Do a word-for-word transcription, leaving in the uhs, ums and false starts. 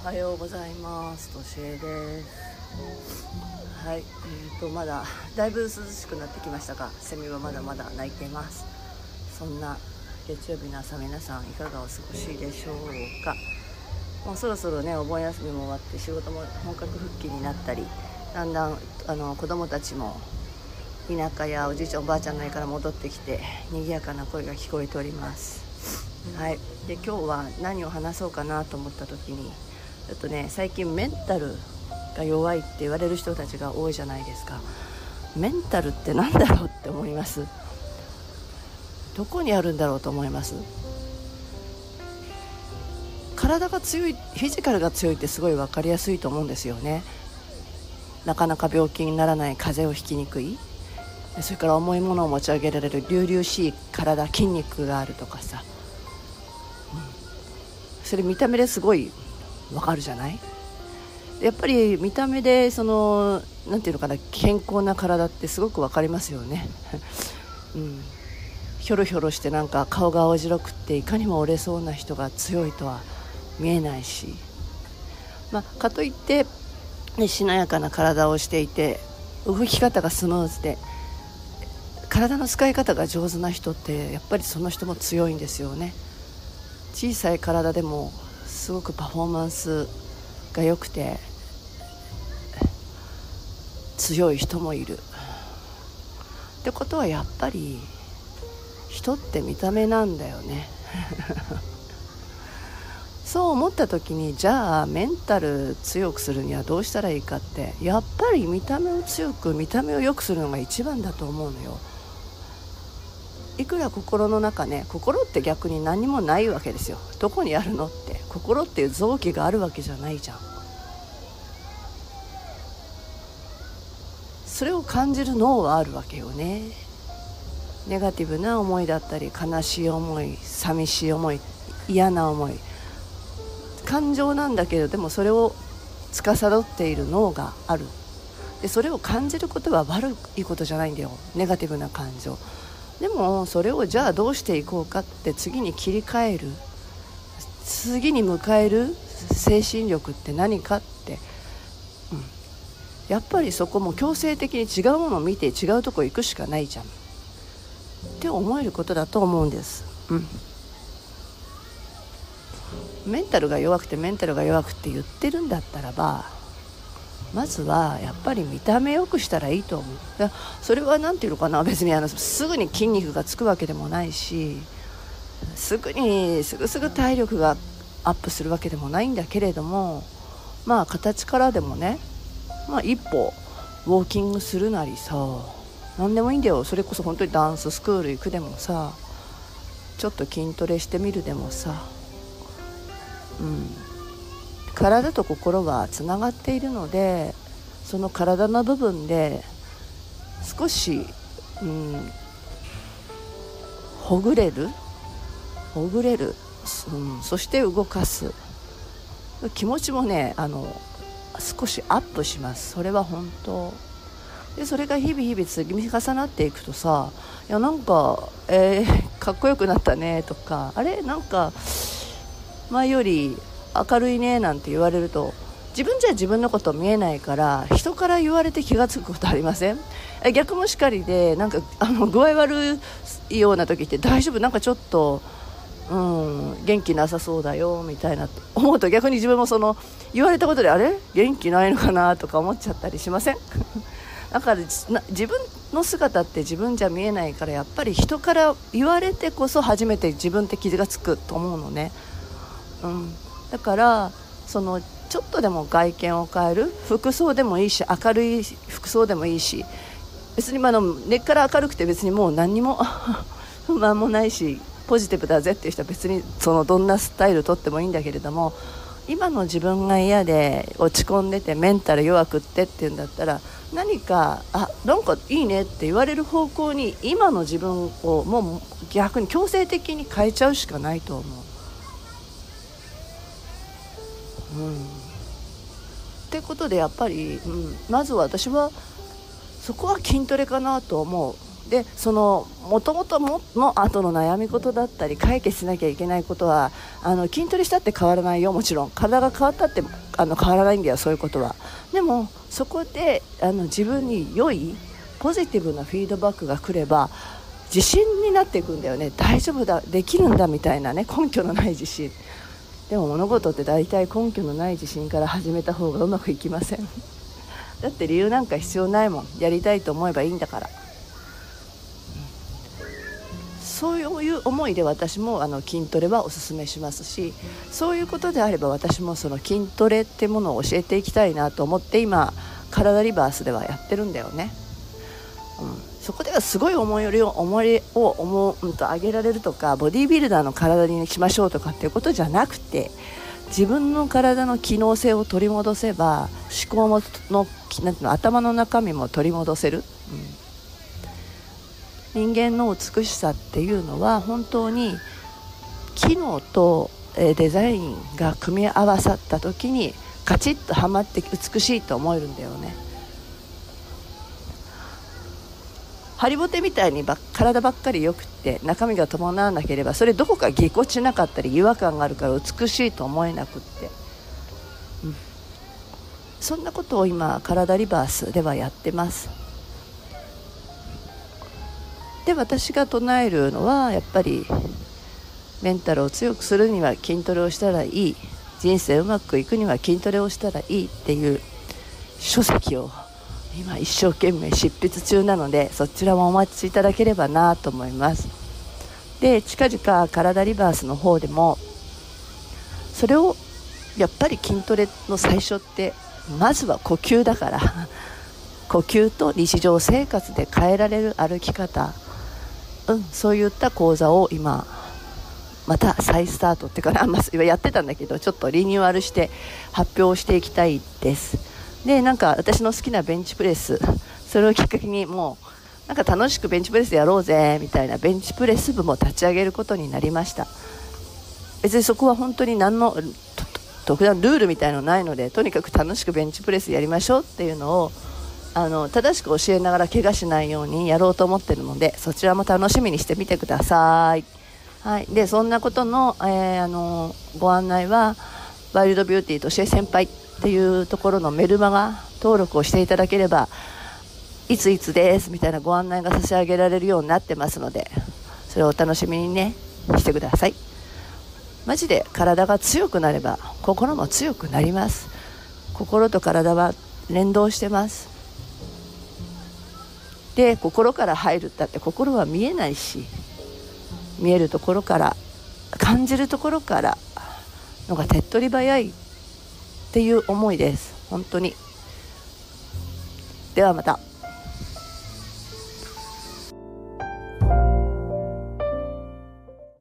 おはようございます。としえです。はい、えーとまだだいぶ涼しくなってきましたが、セミはまだまだ鳴いています。そんな月曜日の朝、皆さんいかがお過ごしでしょうか。もうそろそろね、お盆休みも終わって仕事も本格復帰になったり、だんだんあの子供たちも田舎やおじいちゃんおばあちゃんの家から戻ってきて、賑やかな声が聞こえております。はい、で今日は何を話そうかなと思った時に、ちょっとね、最近メンタルが弱いって言われる人たちが多いじゃないですか。メンタルって何だろうって思います。どこにあるんだろうと思います。体が強い、フィジカルが強いってすごい分かりやすいと思うんですよね。なかなか病気にならない、風邪をひきにくい、それから重いものを持ち上げられる隆々しい体、筋肉があるとかさ、うん、それ見た目ですごいわかるじゃない。やっぱり見た目でそのなんていうのかな、健康な体ってすごくわかりますよね、うん、ひょろひょろしてなんか顔が青白くっていかにも折れそうな人が強いとは見えないし、まあ、かといって、ね、しなやかな体をしていて動き方がスムーズで体の使い方が上手な人ってやっぱりその人も強いんですよね。小さい体でもすごくパフォーマンスが良くて強い人もいるってことは、やっぱり人って見た目なんだよねそう思った時に、じゃあメンタル強くするにはどうしたらいいかって、やっぱり見た目を強く、見た目を良くするのが一番だと思うのよ。いくら心の中ね、心って逆に何もないわけですよ。どこにあるのって、心っていう臓器があるわけじゃないじゃん。それを感じる脳はあるわけよね。ネガティブな思いだったり、悲しい思い、寂しい思い、嫌な思い、感情なんだけど、でもそれを司っている脳がある。でそれを感じることは悪いことじゃないんだよ、ネガティブな感情。でもそれをじゃあどうしていこうかって、次に切り替える、次に迎える精神力って何かって、うん、やっぱりそこも強制的に違うものを見て違うとこ行くしかないじゃんって思えることだと思うんです、うん、メンタルが弱くてメンタルが弱くって言ってるんだったらば、まずはやっぱり見た目良くしたらいいと思う。それはなんていうのかな、別にあのすぐに筋肉がつくわけでもないし、すぐにすぐすぐ体力がアップするわけでもないんだけれども、まあ形からでもね、まあ一歩ウォーキングするなりさ、何でもいいんだよ。それこそ本当にダンススクール行くでもさ、ちょっと筋トレしてみるでもさ、うん体と心はつながっているので、その体の部分で少し、うん、ほぐれるほぐれる、うん、そして動かす気持ちもね、あの少しアップします。それは本当で、それが日々日々積み重なっていくとさ、いやなんか、えー、かっこよくなったねとか、あれなんか前より明るいねなんて言われると、自分じゃ自分のこと見えないから人から言われて気がつくことありません？逆もしかりで、なんかあの具合悪いような時って、大丈夫、なんかちょっと、うん、元気なさそうだよみたいな思うと、逆に自分もその言われたことで、あれ元気ないのかなとか思っちゃったりしません？だから自分の姿って自分じゃ見えないから、やっぱり人から言われてこそ初めて自分って気がつくと思うのね、うん、だからそのちょっとでも外見を変える、服装でもいいし、明るい服装でもいいし、別にまあの根っから明るくて別にもう何にも不満もないしポジティブだぜっていう人は別にそのどんなスタイルとってもいいんだけれども、今の自分が嫌で落ち込んでてメンタル弱くってっていうんだったら、何かあなんかいいねって言われる方向に今の自分をもう逆に強制的に変えちゃうしかないと思う、うん、ってことでやっぱり、うん、まずは私はそこは筋トレかなと思う。 でそのもともとの後の悩み事だったり解決しなきゃいけないことはあの筋トレしたって変わらないよ。もちろん体が変わったってあの変わらないんだよ、そういうことは。でもそこであの自分に良いポジティブなフィードバックが来れば自信になっていくんだよね。大丈夫だ、できるんだみたいなね、根拠のない自信。でも物事って大体根拠のない自信から始めた方がうまくいきませんだって理由なんか必要ないもん。やりたいと思えばいいんだから。そういう思いで私もあの筋トレはおすすめしますし、そういうことであれば私もその筋トレってものを教えていきたいなと思って今体リバースではやってるんだよね、うん、そこではすごい重いを重いを思う、うん、と上げられるとかボディービルダーの体にしましょうとかっていうことじゃなくて、自分の体の機能性を取り戻せば思考ものなんていうの頭の中身も取り戻せる、うん人間の美しさっていうのは本当に機能とデザインが組み合わさった時にカチッとはまって美しいと思えるんだよね。ハリボテみたいにば体ばっかりよくって中身が伴わなければそれどこかぎこちなかったり違和感があるから美しいと思えなくって、うん、そんなことを今体リバースではやってます。で私が唱えるのはやっぱりメンタルを強くするには筋トレをしたらいい、人生うまくいくには筋トレをしたらいいっていう書籍を今一生懸命執筆中なので、そちらもお待ちいただければなと思います。で近々体リバースの方でもそれをやっぱり筋トレの最初ってまずは呼吸だから呼吸と日常生活で変えられる歩き方、うん、そういった講座を今また再スタートっていうかな、まあ、やってたんだけどちょっとリニューアルして発表していきたいです。でなんか私の好きなベンチプレス、それをきっかけにもうなんか楽しくベンチプレスやろうぜみたいなベンチプレス部も立ち上げることになりました。別にそこは本当に何の特段ルールみたいのないので、とにかく楽しくベンチプレスやりましょうっていうのをあの正しく教えながら怪我しないようにやろうと思ってるので、そちらも楽しみにしてみてください。はい、でそんなことの、えー、あのご案内はワイルドビューティーとしえ先輩っていうところのメルマガ登録をしていただければいついつですみたいなご案内が差し上げられるようになってますので、それをお楽しみにねしてください。マジで体が強くなれば心も強くなります。心と体は連動してます。で心から入るったって心は見えないし、見えるところから感じるところからのが手っ取り早いっていう思いです。本当に。ではまた。